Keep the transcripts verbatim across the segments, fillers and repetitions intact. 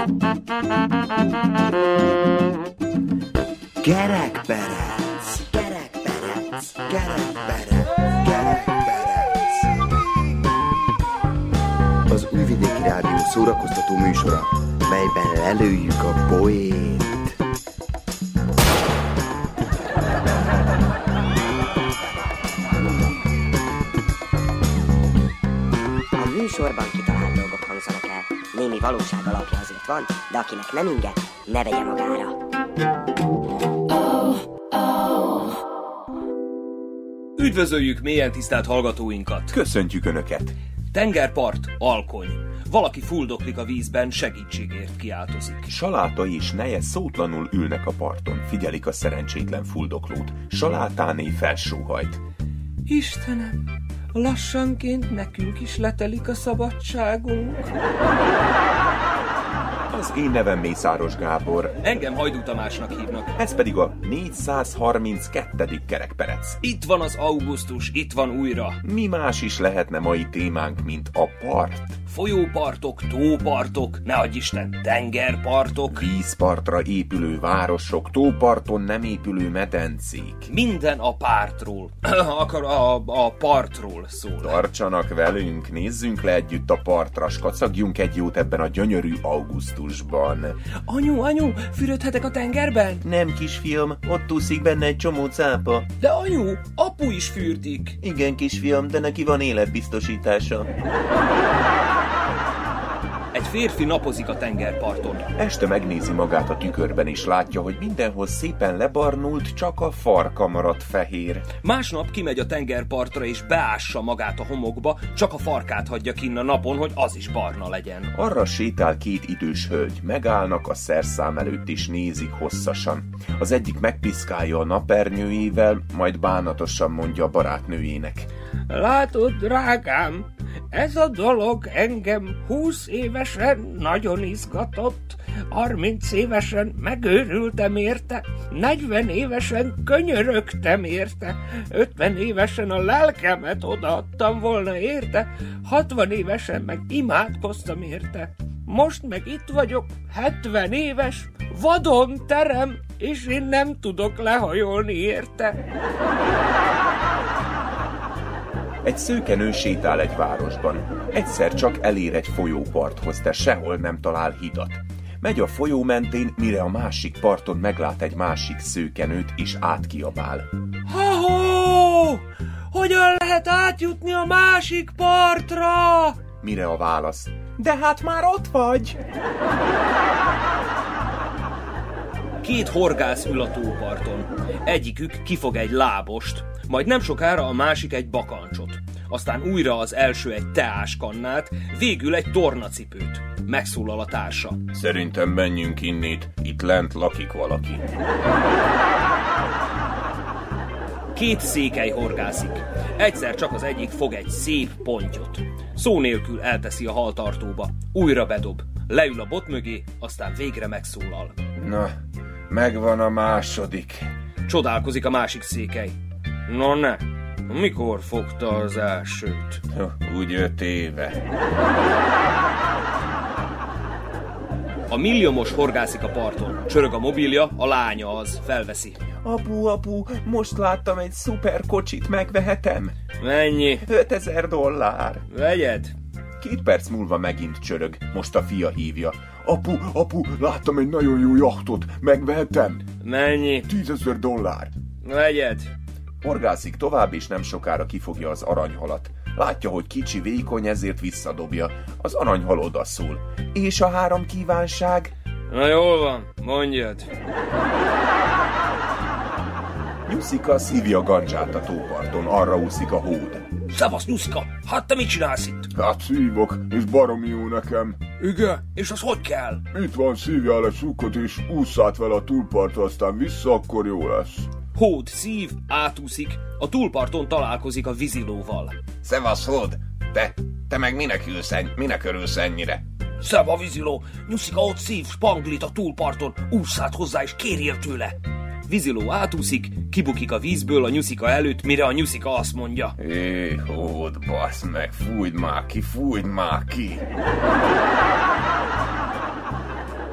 Kerekperec, kerekperec, kerekperec, kerekperec. Az Újvidéki Rádió szórakoztató műsora, melyben lelőjük a poént. A műsorban kitalált dolgok hangzanak el. Némi valóság alapja azért van, de akinek nem inge, ne vegye magára. Üdvözöljük mélyen tisztelt hallgatóinkat! Köszöntjük Önöket! Tengerpart, alkony. Valaki fuldoklik a vízben, segítségért kiáltozik. Salátai és neje szótlanul ülnek a parton, figyelik a szerencsétlen fuldoklót. Salátáné felsóhajt. Istenem, lassanként nekünk is letelik a szabadságunk. Az én nevem Mészáros Gábor. Engem Hajdú Tamásnak hívnak. Ez pedig a négyszázharminckettedik kerekperec. Itt van az augusztus, itt van újra. Mi más is lehetne mai témánk, mint a part? Folyópartok, tópartok, ne adj Isten, tengerpartok. Vízpartra épülő városok, tóparton nem épülő medencék. Minden a pártról, akar a, a partról szól. Tartsanak velünk, nézzünk le együtt a partra, s kacagjunk egy jót ebben a gyönyörű augusztusban. Anyu, anyu, fürödhetek a tengerben? Nem, kisfiam, ott úszik benne egy csomó cápa. De anyu, apu is fürdik. Igen, kisfiam, de neki van életbiztosítása. Egy férfi napozik a tengerparton. Este megnézi magát a tükörben, és látja, hogy mindenhol szépen lebarnult, csak a farka maradt fehér. Másnap kimegy a tengerpartra, és beássa magát a homokba, csak a farkát hagyja kinn a napon, hogy az is barna legyen. Arra sétál két idős hölgy, megállnak a szerszám előtt, és nézik hosszasan. Az egyik megpiszkálja a napernyőjével, majd bánatosan mondja a barátnőjének. Látod, drágám, ez a dolog engem húsz évesen nagyon izgatott, harminc évesen megőrültem érte, negyven évesen könyörögtem érte, ötven évesen a lelkemet odaadtam volna érte, hatvan évesen meg imádkoztam érte. Most meg itt vagyok, hetven éves, vadon terem, és én nem tudok lehajolni érte. Egy szőkenő sétál egy városban. Egyszer csak elér egy folyóparthoz, de sehol nem talál hidat. Megy a folyó mentén, mire a másik parton meglát egy másik szőkenőt, és átkiabál. Ha-ho! Hogyan lehet átjutni a másik partra? Mire a válasz? De hát már ott vagy! Két horgász ül a tóparton. Egyikük kifog egy lábost, majd nem sokára a másik egy bakancsot. Aztán újra az első egy teáskannát, végül egy tornacipőt. Megszólal a társa. Szerintem menjünk innét, itt lent lakik valaki. Két székely horgászik. Egyszer csak az egyik fog egy szép pontyot. Szó nélkül elteszi a haltartóba. Újra bedob. Leül a bot mögé, aztán végre megszólal. Na, megvan a második. Csodálkozik a másik székely. No ne, mikor fogta az elsőt? Úgy öt éve. A milliomos horgászik a parton. Csörög a mobilja, a lánya az, felveszi. Apu, apu, most láttam egy szuper kocsit, megvehetem? Mennyi? ötezer dollár. Vegyed. Két perc múlva megint csörög, most a fia hívja. Apu, apu, láttam egy nagyon jó jachtot, megvehetem? Mennyi? tízezer dollár. Vegyed. Horgászik tovább, és nem sokára kifogja az aranyhalat. Látja, hogy kicsi, vékony, ezért visszadobja. Az aranyhal odaszól. És a három kívánság? Na jól van, mondjad. Nyuszika szívja a gandzsát a tóparton, arra úszik a hód. Szevasz, Nyuszika! Hát te mit csinálsz itt? Hát szívok, és baromi jó nekem. Igen, és az hogy kell? Itt van, szívjál egy sukkot, és ússz át vele a túlpartra, aztán vissza, akkor jó lesz. Hód, szív, átúszik, a túlparton találkozik a vízilóval. Szevasz, hód! Te, te meg minek ülsz, minek örülsz ennyire? Szeva, víziló! Nyuszika ott szív spanglit a túlparton, ússz át hozzá és kérjél tőle! Víziló átúszik, kibukik a vízből a Nyuszika előtt, mire a Nyuszika azt mondja. Hé, hód, bassz meg, fújd már ki, fújd már ki!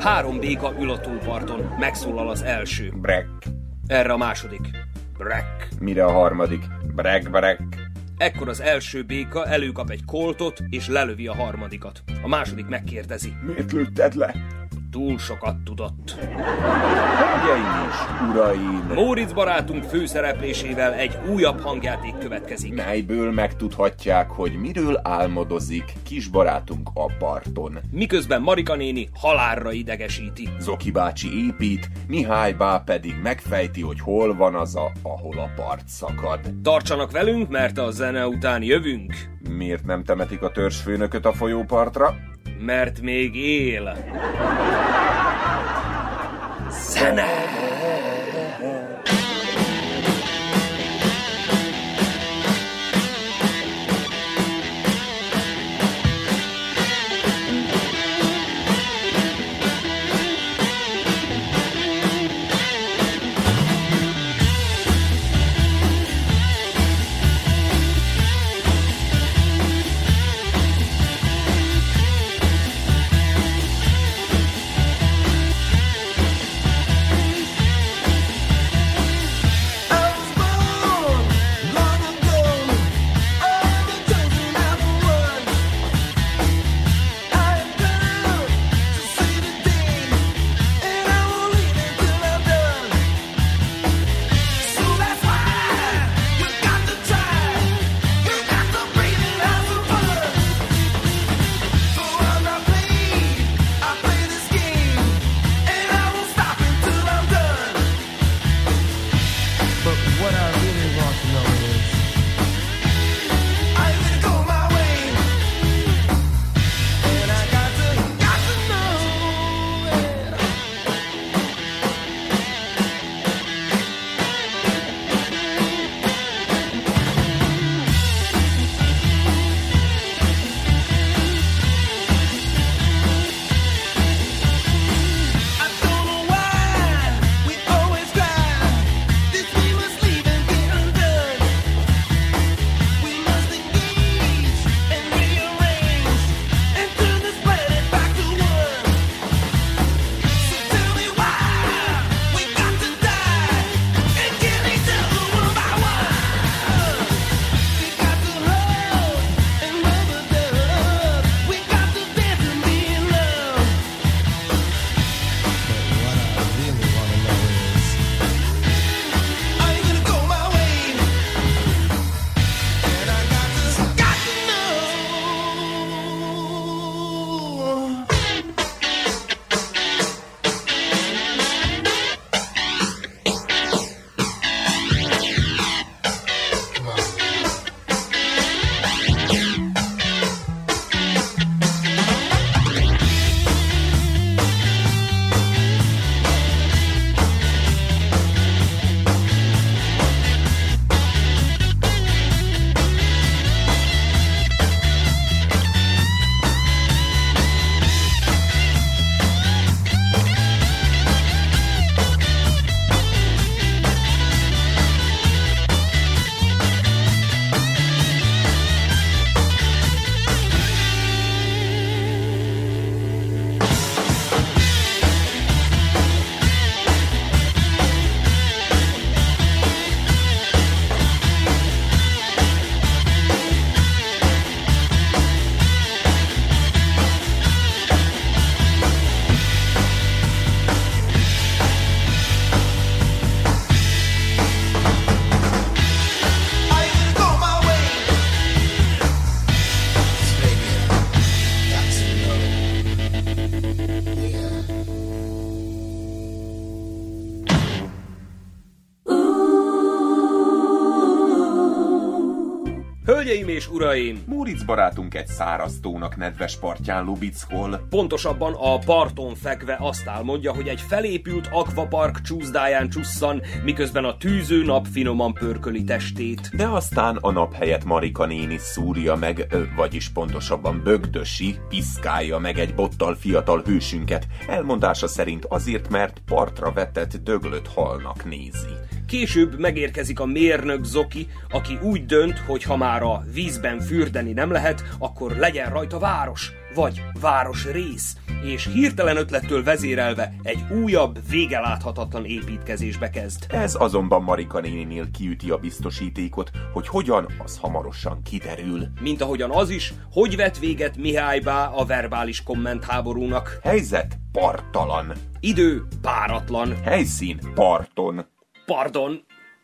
Három béka ül a túlparton. Megszólal az első. Brek. Erre a második. Brek. Mire a harmadik? Brek, brek. Ekkor az első béka előkap egy koltot, és lelövi a harmadikat. A második megkérdezi. Miért lőtted le? Túl sokat tudott. Hölgyeim és uraim! Móricz barátunk főszereplésével egy újabb hangjáték következik. Melyből megtudhatják, hogy miről álmodozik kis barátunk a parton. Miközben Marika néni halálra idegesíti. Zoki bácsi épít, Mihály bá pedig megfejti, hogy hol van az a, ahol a part szakad. Tartsanak velünk, mert a zene után jövünk. Miért nem temetik a törzsfőnököt a folyópartra? Mert még él. Zene! Hölgyeim és uraim! Móricz barátunk egy száraz tónak nedves partján lubickol. Pontosabban a parton fekve azt álmodja, hogy egy felépült akvapark csúszdáján csusszan, miközben a tűző nap finoman pörköli testét. De aztán a nap helyett Marika néni szúrja meg, vagyis pontosabban bögdösi, piszkálja meg egy bottal fiatal hősünket. Elmondása szerint azért, mert partra vetett döglött halnak nézi. Később megérkezik a mérnök Zoki, aki úgy dönt, hogy ha már a vízben fürdeni nem lehet, akkor legyen rajta város. vagy városrész, és hirtelen ötlettől vezérelve egy újabb, vége láthatatlan építkezésbe kezd. Ez azonban Marika néninél kiüti a biztosítékot, hogy hogyan, az hamarosan kiderül. Mint ahogyan az is, hogy vett véget Mihálybá a verbális kommentháborúnak. Helyzet parttalan. Idő páratlan. Helyszín parton. Pardon.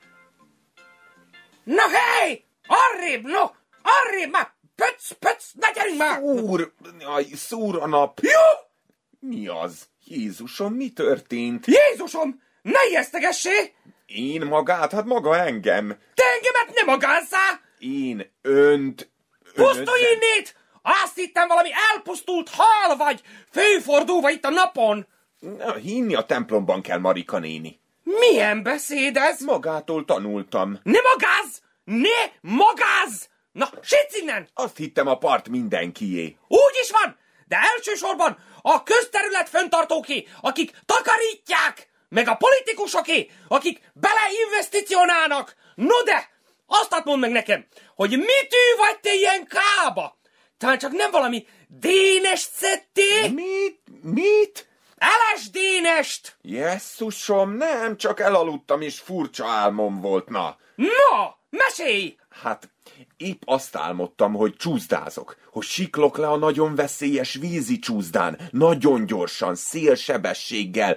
Na hely! Arrébb, no! Arrébb már! Pöc, pöc, ne gyerünk már! Szúr! Aj, szúr a nap! Jó! Mi az? Jézusom, mi történt? Jézusom! Ne ijesztegessé! Én magát? Hát maga engem. Te engemet nem magázzá! Én önt... Pusztulj innét! Azt hittem, valami elpusztult hal vagy! Főfordulva itt a napon! Na, hinni a templomban kell, Marika néni. Milyen beszéd ez? Magától tanultam. Ne magázz! Ne magázz! Na, sétsz innen! Azt hittem, a part mindenkié. Úgy is van, de elsősorban a közterület fenntartóké, akik takarítják, meg a politikusoké, akik beleinvesticionálnak. No de, azt mondd meg nekem, hogy mitű vagy te ilyen kába? Talán csak nem valami dénest szedtél? Mit? Mit? el es dé-nest! Jesszusom, nem, csak elaludtam, és furcsa álmom volt, na. No, mesélj! Hát, épp azt álmodtam, hogy csúszdázok, hogy siklok le a nagyon veszélyes vízi csúszdán, nagyon gyorsan, szélsebességgel.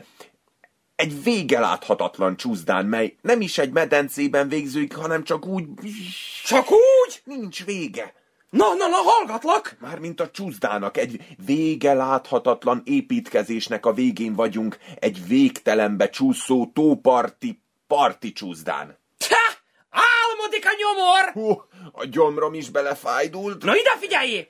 Egy vége láthatatlan csúszdán, mely nem is egy medencében végződik, hanem csak úgy... Csak úgy? Nincs vége. Na, na, na, hallgatlak! Mármint a csúszdának, egy vége láthatatlan építkezésnek a végén vagyunk, egy végtelenbe csúszó tóparti parti csúszdán. Te! Álmodik a nyomor! Hú, a gyomrom is belefájdult. Na ide figyeljé!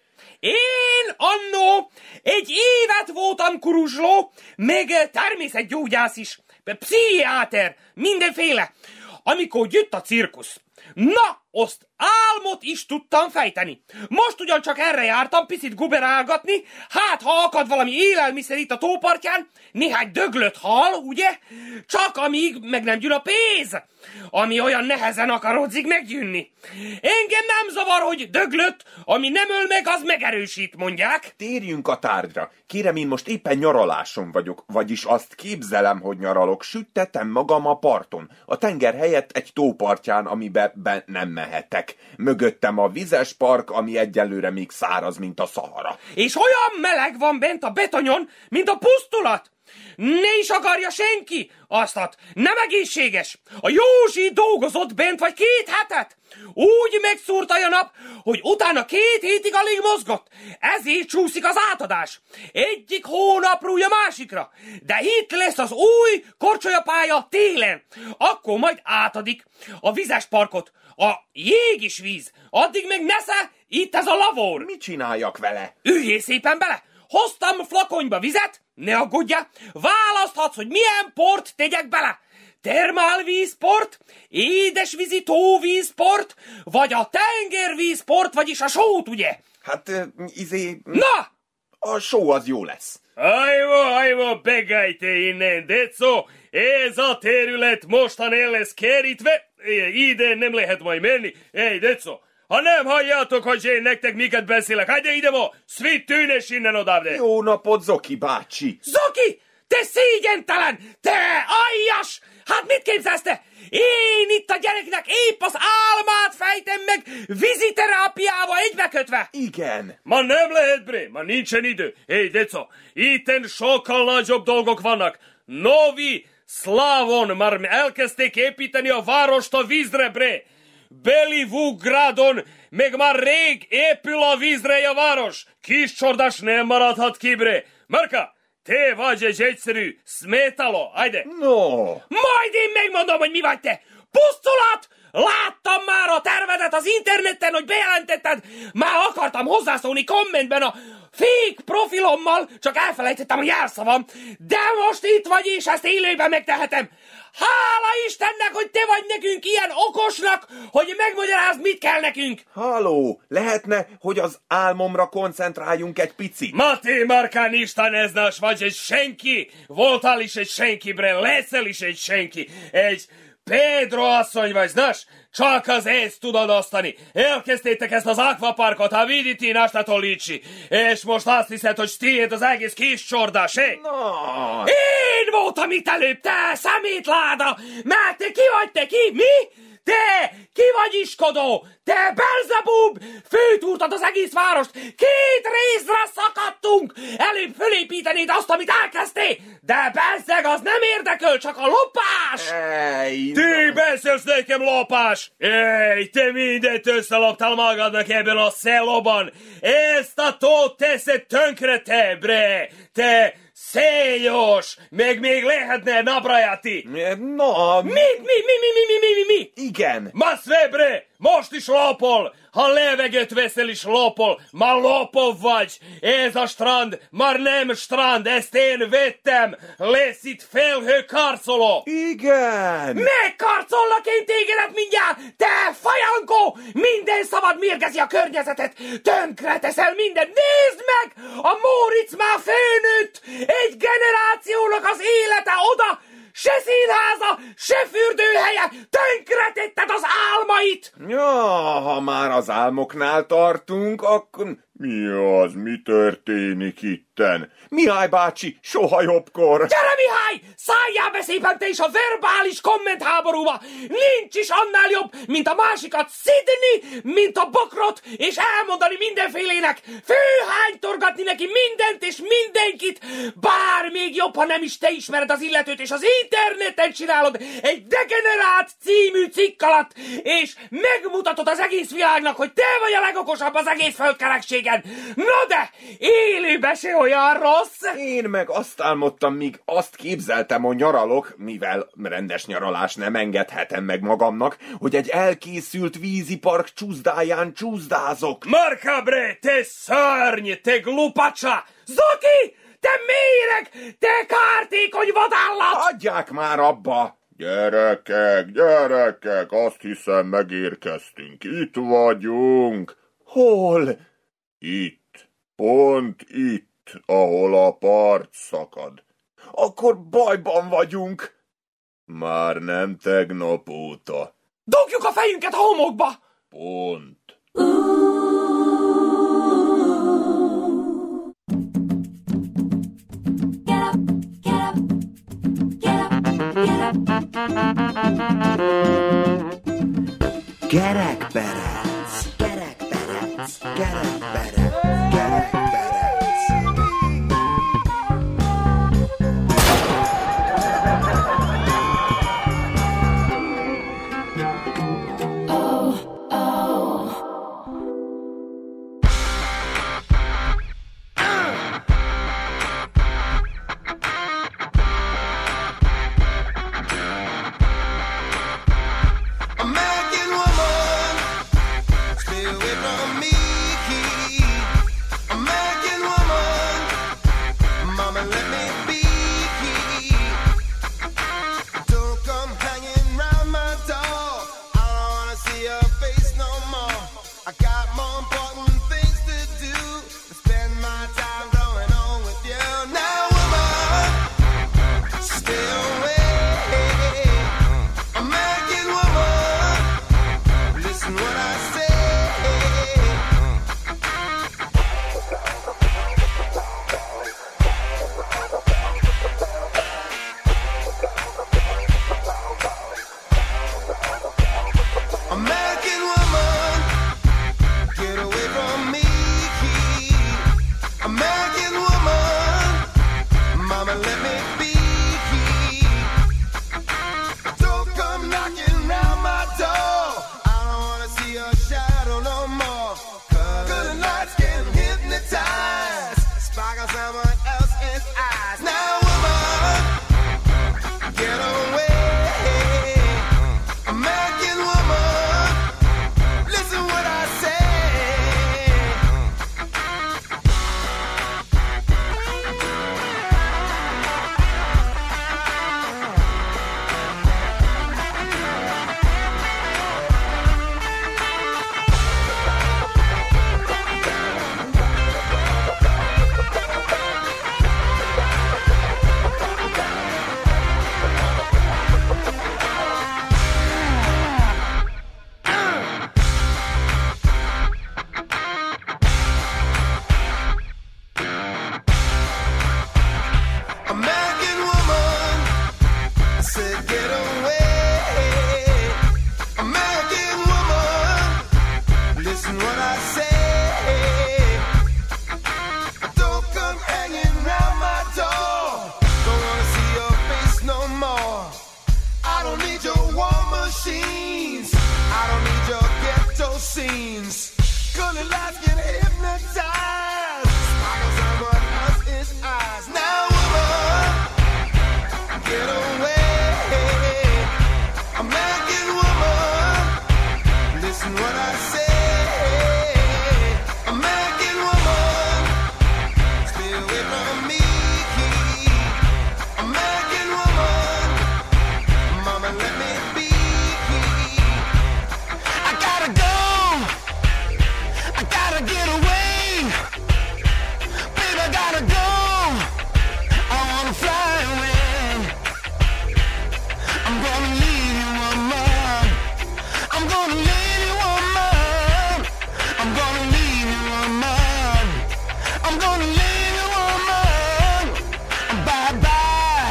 Én annó egy évet voltam kuruzsló, meg természetgyógyász is, pszichiáter, mindenféle. Amikor jött a cirkusz, na, azt álmot is tudtam fejteni. Most ugyancsak erre jártam picit guberálgatni, hát ha akad valami élelmiszer itt a tópartján, néhány döglött hal, ugye? Csak amíg meg nem gyűl a pénz, ami olyan nehezen akarodzik meggyűnni. Engem nem zavar, hogy döglött, ami nem öl meg, az megerősít, mondják. Térjünk a tárgyra. Kérem, én most éppen nyaraláson vagyok, vagyis azt képzelem, hogy nyaralok. Süttetem magam a parton, a tenger helyett egy tópartján, amiben be nem mehetek. Mögöttem a vizes park, ami egyelőre még száraz, mint a Szahara. És olyan meleg van bent a betonyon, mint a pusztulat. Ne is akarja senki aztat. Nem egészséges. A Józsi dolgozott bent vagy két hetet. Úgy megszúrta a nap, hogy utána két hétig alig mozgott. Ezért csúszik az átadás. Egyik hónapról a másikra. De itt lesz az új korcsolyapálya télen. Akkor majd átadik a vizes parkot. A jég is víz. Addig meg nesze, itt ez a lavor. Mit csináljak vele? Üljél szépen bele. Hoztam flakonyba vizet, ne aggódjál. Választhatsz, hogy milyen port tegyek bele. Termálvízport, édesvízi tóvízport, vagy a tengervízport, vagyis a sót, ugye? Hát, izé... Na! A só az jó lesz. Ajmo, ajmo, begálj te innen, Deco! Ez a terület mostan el lesz kerítve, ide nem lehet majd menni. Ej, Deco, ha nem halljátok, hogy én nektek miket beszélek, hagyj ide ma, szvit tűnes innen odávde! Jó napot, Zoki bácsi! Zoki! Te szégyentelen! Te aljas! Hát mit képzelsz te? Én itt a gyereknek épp az álmát fejtem meg víziterápiával egybekötve! Igen! Ma nem lehet, bre, ma nincsen idő. Hé, Deco, itten sokkal nagyobb dolgok vannak. Novi Slavon már elkezdték építeni a várost a vízre, bre. Belivugradon meg már rég épül a vízre a város. Kis csordás nem maradhat ki, bre. Marka, te vagy egy egyszerű smétalo, ajde. No! Majd én megmondom, hogy mi vagy te. Pusztulat! Láttam már a tervedet az interneten, hogy bejelentetted. Már akartam hozzászólni kommentben a fake profilommal, csak elfelejtettem a jelszavam. De most itt vagy, és ezt élőben megtehetem. Hála Istennek, hogy te vagy nekünk ilyen okosnak, hogy megmagyarázd, mit kell nekünk. Halló, lehetne, hogy az álmomra koncentráljunk egy picit? Mati Markán Isten ez nás vagy egy senki. Voltál is egy senki, bre, leszel is egy senki. Egy Pedro asszony vagy, znaš, csak az ezt tudod osztani. Elkezdtétek ezt az akvaparkot, a vidíti na šta to liči. És most azt hiszed, hogy tiéd az egész kis csordás, eh? No. Én voltam itt előbb, te szemétláda! Mert te ki vagy, te ki? Mi? Te! Ki vagy iskodó? Te Belzebub! Főtúrtad az egész várost! Két részre szakadtunk! Előbb fölépítenéd azt, amit elkezdtél! De bezzeg, az nem érdekel, csak a lopás! Ej, Ti beszélsz nekem lopás! Ej, te mindent összeloptál magadnak ebben a szelóban! Ezt a tót teszed tönkre te, bre! Te szélyos! Meg még lehetne nabrajati! No, Mi, mi, mi, mi, mi, mi, mi, mi, mi? igen. Ma sve, bre! Most is lopol! Ha levegőt veszel is lopol! Ma lopov vagy! Ez a strand már nem strand, ezt én vettem! Lesz itt felhőkarcoló! Igen. Megkarcollak én tégedet mindjárt! Te fajankó! Minden szabad mérgezi a környezetet! Tönkre teszel mindent! Nézd meg! A Móricz már főnőtt! Egy generációnak az élete oda! Se színháza, se fürdőhelye! Tönkretetted az álmait! Ja, ha már az álmoknál tartunk, akkor... Mi az, mi történik itten? Mihály bácsi, soha jobbkor! Gyere, Mihály! Szálljál be szépen te is a verbális kommentháborúba! Nincs is annál jobb, mint a másikat szidni, mint a bokrot, és elmondani mindenfélének, főhánytorgatni neki mindent és mindenkit, bár még jobb, ha nem is te ismered az illetőt, és az interneten csinálod egy Degenerált című cikk alatt, és megmutatod az egész világnak, hogy te vagy a legokosabb az egész földkerekségen. No de, élőben se olyan rossz! Én meg azt álmodtam, míg azt képzeltem, hogy nyaralok, mivel rendes nyaralás nem engedhetem meg magamnak, hogy egy elkészült vízipark csúszdáján csúszdázok. Marka, bre, te szörny, te glupacsa! Zoki, te méreg, te kártékony vadállat! Hagyják már abba! Gyerekek, gyerekek, azt hiszem megérkeztünk. Itt vagyunk. Hol? Itt, pont itt, ahol a part szakad. Akkor bajban vagyunk. Már nem tegnap óta. Dugjuk a fejünket a homokba! Pont. Kerekperec, kerekperec, kerekperec, kerekperec. American woman, get away. Listen what I say. Don't come hanging round my door. Don't wanna see your face no more. I don't need your war machines. I don't need your ghetto scenes. Gully lights can hypnotize. Sparkles on what else is eyes. Now woman, get away. American woman, listen what I say. American woman, stay away from me. American woman, mama let me be. I gotta go, I gotta get away. Baby, I gotta go, I wanna fly away. I'm gonna leave you, woman. I'm gonna leave you, woman. I'm gonna leave you, woman. I'm gonna leave you, woman. Bye bye.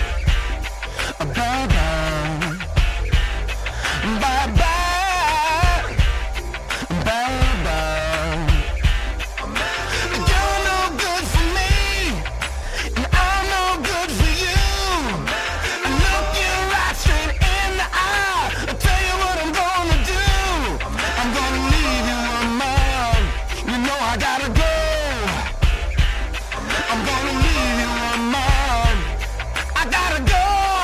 Bye bye. Bye bye. Bye bye. You're no good for me, and I'm no good for you. I look you right straight in the eye. I'll tell you what I'm gonna do. I'm gonna leave you, woman. You know I gotta go. I'm gonna leave you, woman. I gotta go.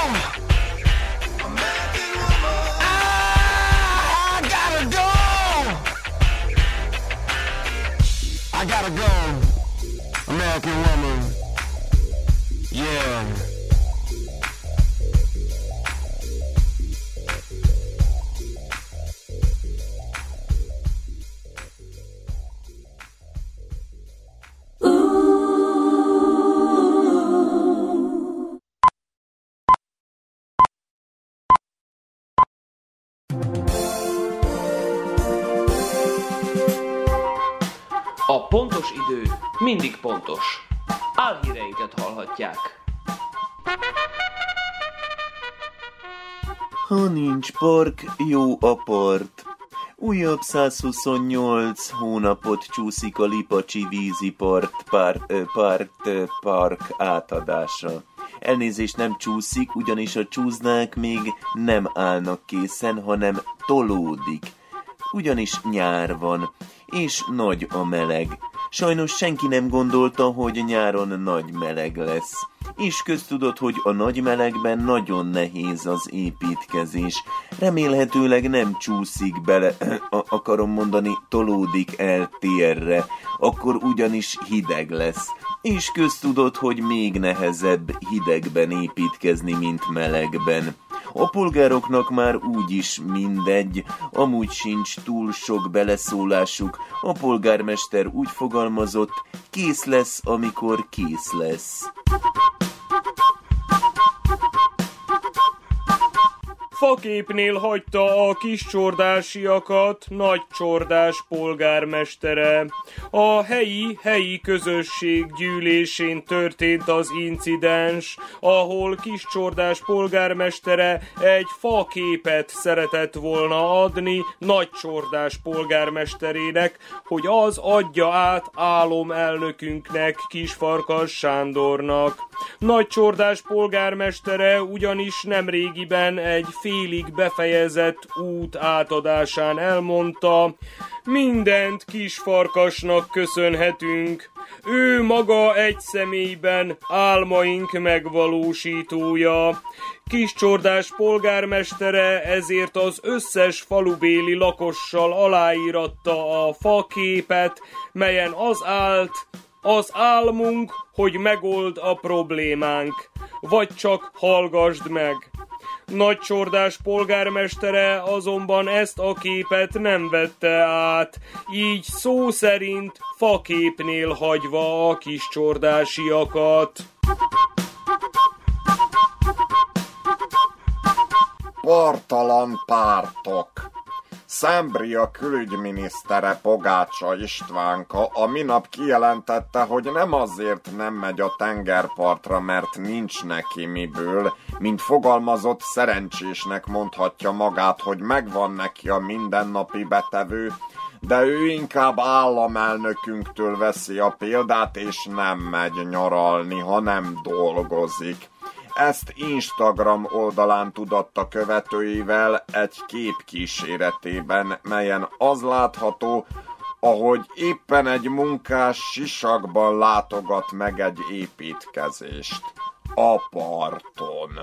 I gotta go. I gotta go. American woman. Yeah. A pontos idő mindig pontos. Álhíreinket hallhatják. Ha nincs park, jó a part. Újabb százhuszonnyolc hónapot csúszik a Lipacsi vízipart part, ö, part, ö, park átadása. Elnézést, nem csúszik, ugyanis a csúsznák még nem állnak készen, hanem tolódik. Ugyanis nyár van, és nagy a meleg. Sajnos senki nem gondolta, hogy nyáron nagy meleg lesz. És köztudott, hogy a nagy melegben nagyon nehéz az építkezés. Remélhetőleg nem csúszik bele, akarom mondani, tolódik el térre, akkor ugyanis hideg lesz. És köztudott, hogy még nehezebb hidegben építkezni, mint melegben. A polgároknak már úgyis mindegy, amúgy sincs túl sok beleszólásuk. A polgármester úgy fogalmazott, kész lesz, amikor kész lesz. Faképnél hagyta a kiscsordásiakat Nagycsordás polgármestere. A helyi, helyi közösség gyűlésén történt az incidens, ahol Kiscsordás polgármestere egy faképet szeretett volna adni Nagycsordás polgármesterének, hogy az adja át álomelnökünknek, Kisfarkas Sándornak. Nagycsordás polgármestere ugyanis nemrégiben egy félig befejezett út átadásán elmondta, mindent Kisfarkasnak köszönhetünk. Ő maga egy személyben álmaink megvalósítója. Kiscsordás polgármestere ezért az összes falubéli lakossal aláíratta a faképet, melyen az állt: az álmunk, hogy megold a problémánk, vagy csak hallgasd meg. Nagycsordás polgármestere azonban ezt a képet nem vette át, így szó szerint faképnél hagyva a kiscsordásiakat. Portalan pártok. Szembria külügyminisztere Pogácsa Istvánka a minap kijelentette, hogy nem azért nem megy a tengerpartra, mert nincs neki miből, mint fogalmazott, szerencsésnek mondhatja magát, hogy megvan neki a mindennapi betevő, de ő inkább államelnökünktől veszi a példát, és nem megy nyaralni, hanem dolgozik. Ezt Instagram oldalán tudatta követőivel egy kép kíséretében, melyen az látható, ahogy éppen egy munkás sisakban látogat meg egy építkezést. A parton.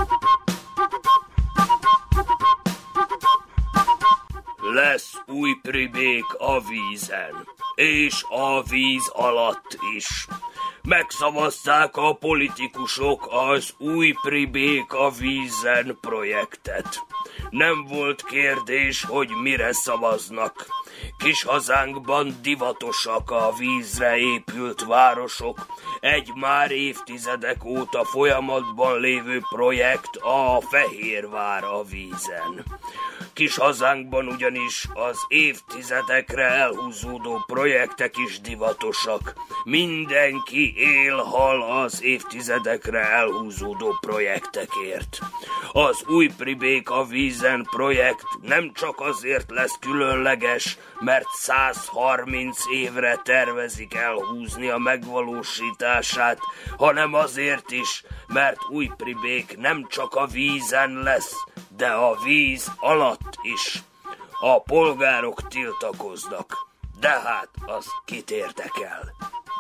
Lesz új pribék a vízen, és a víz alatt is. Megszavazták a politikusok az új pribék a vízen projektet. Nem volt kérdés, hogy mire szavaznak. Kis hazánkban divatosak a vízre épült városok. Egy már évtizedek óta folyamatban lévő projekt a Fehérvár a vízen. Kis hazánkban ugyanis az évtizedekre elhúzódó projektek is divatosak. Mindenki él-hal az évtizedekre elhúzódó projektekért. Az új pribék a vízen projekt nem csak azért lesz különleges, mert száz harminc évre tervezik elhúzni a megvalósítását, hanem azért is, mert új pribék nem csak a vízen lesz, de a víz alatt is. A polgárok tiltakoznak, de hát az kit érdekel.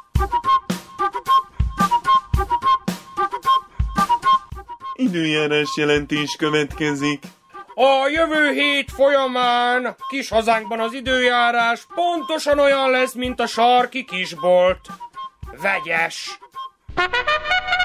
Időjárás jelentés következik. A jövő hét folyamán kis hazánkban az időjárás pontosan olyan lesz, mint a sarki kisbolt. Vegyes.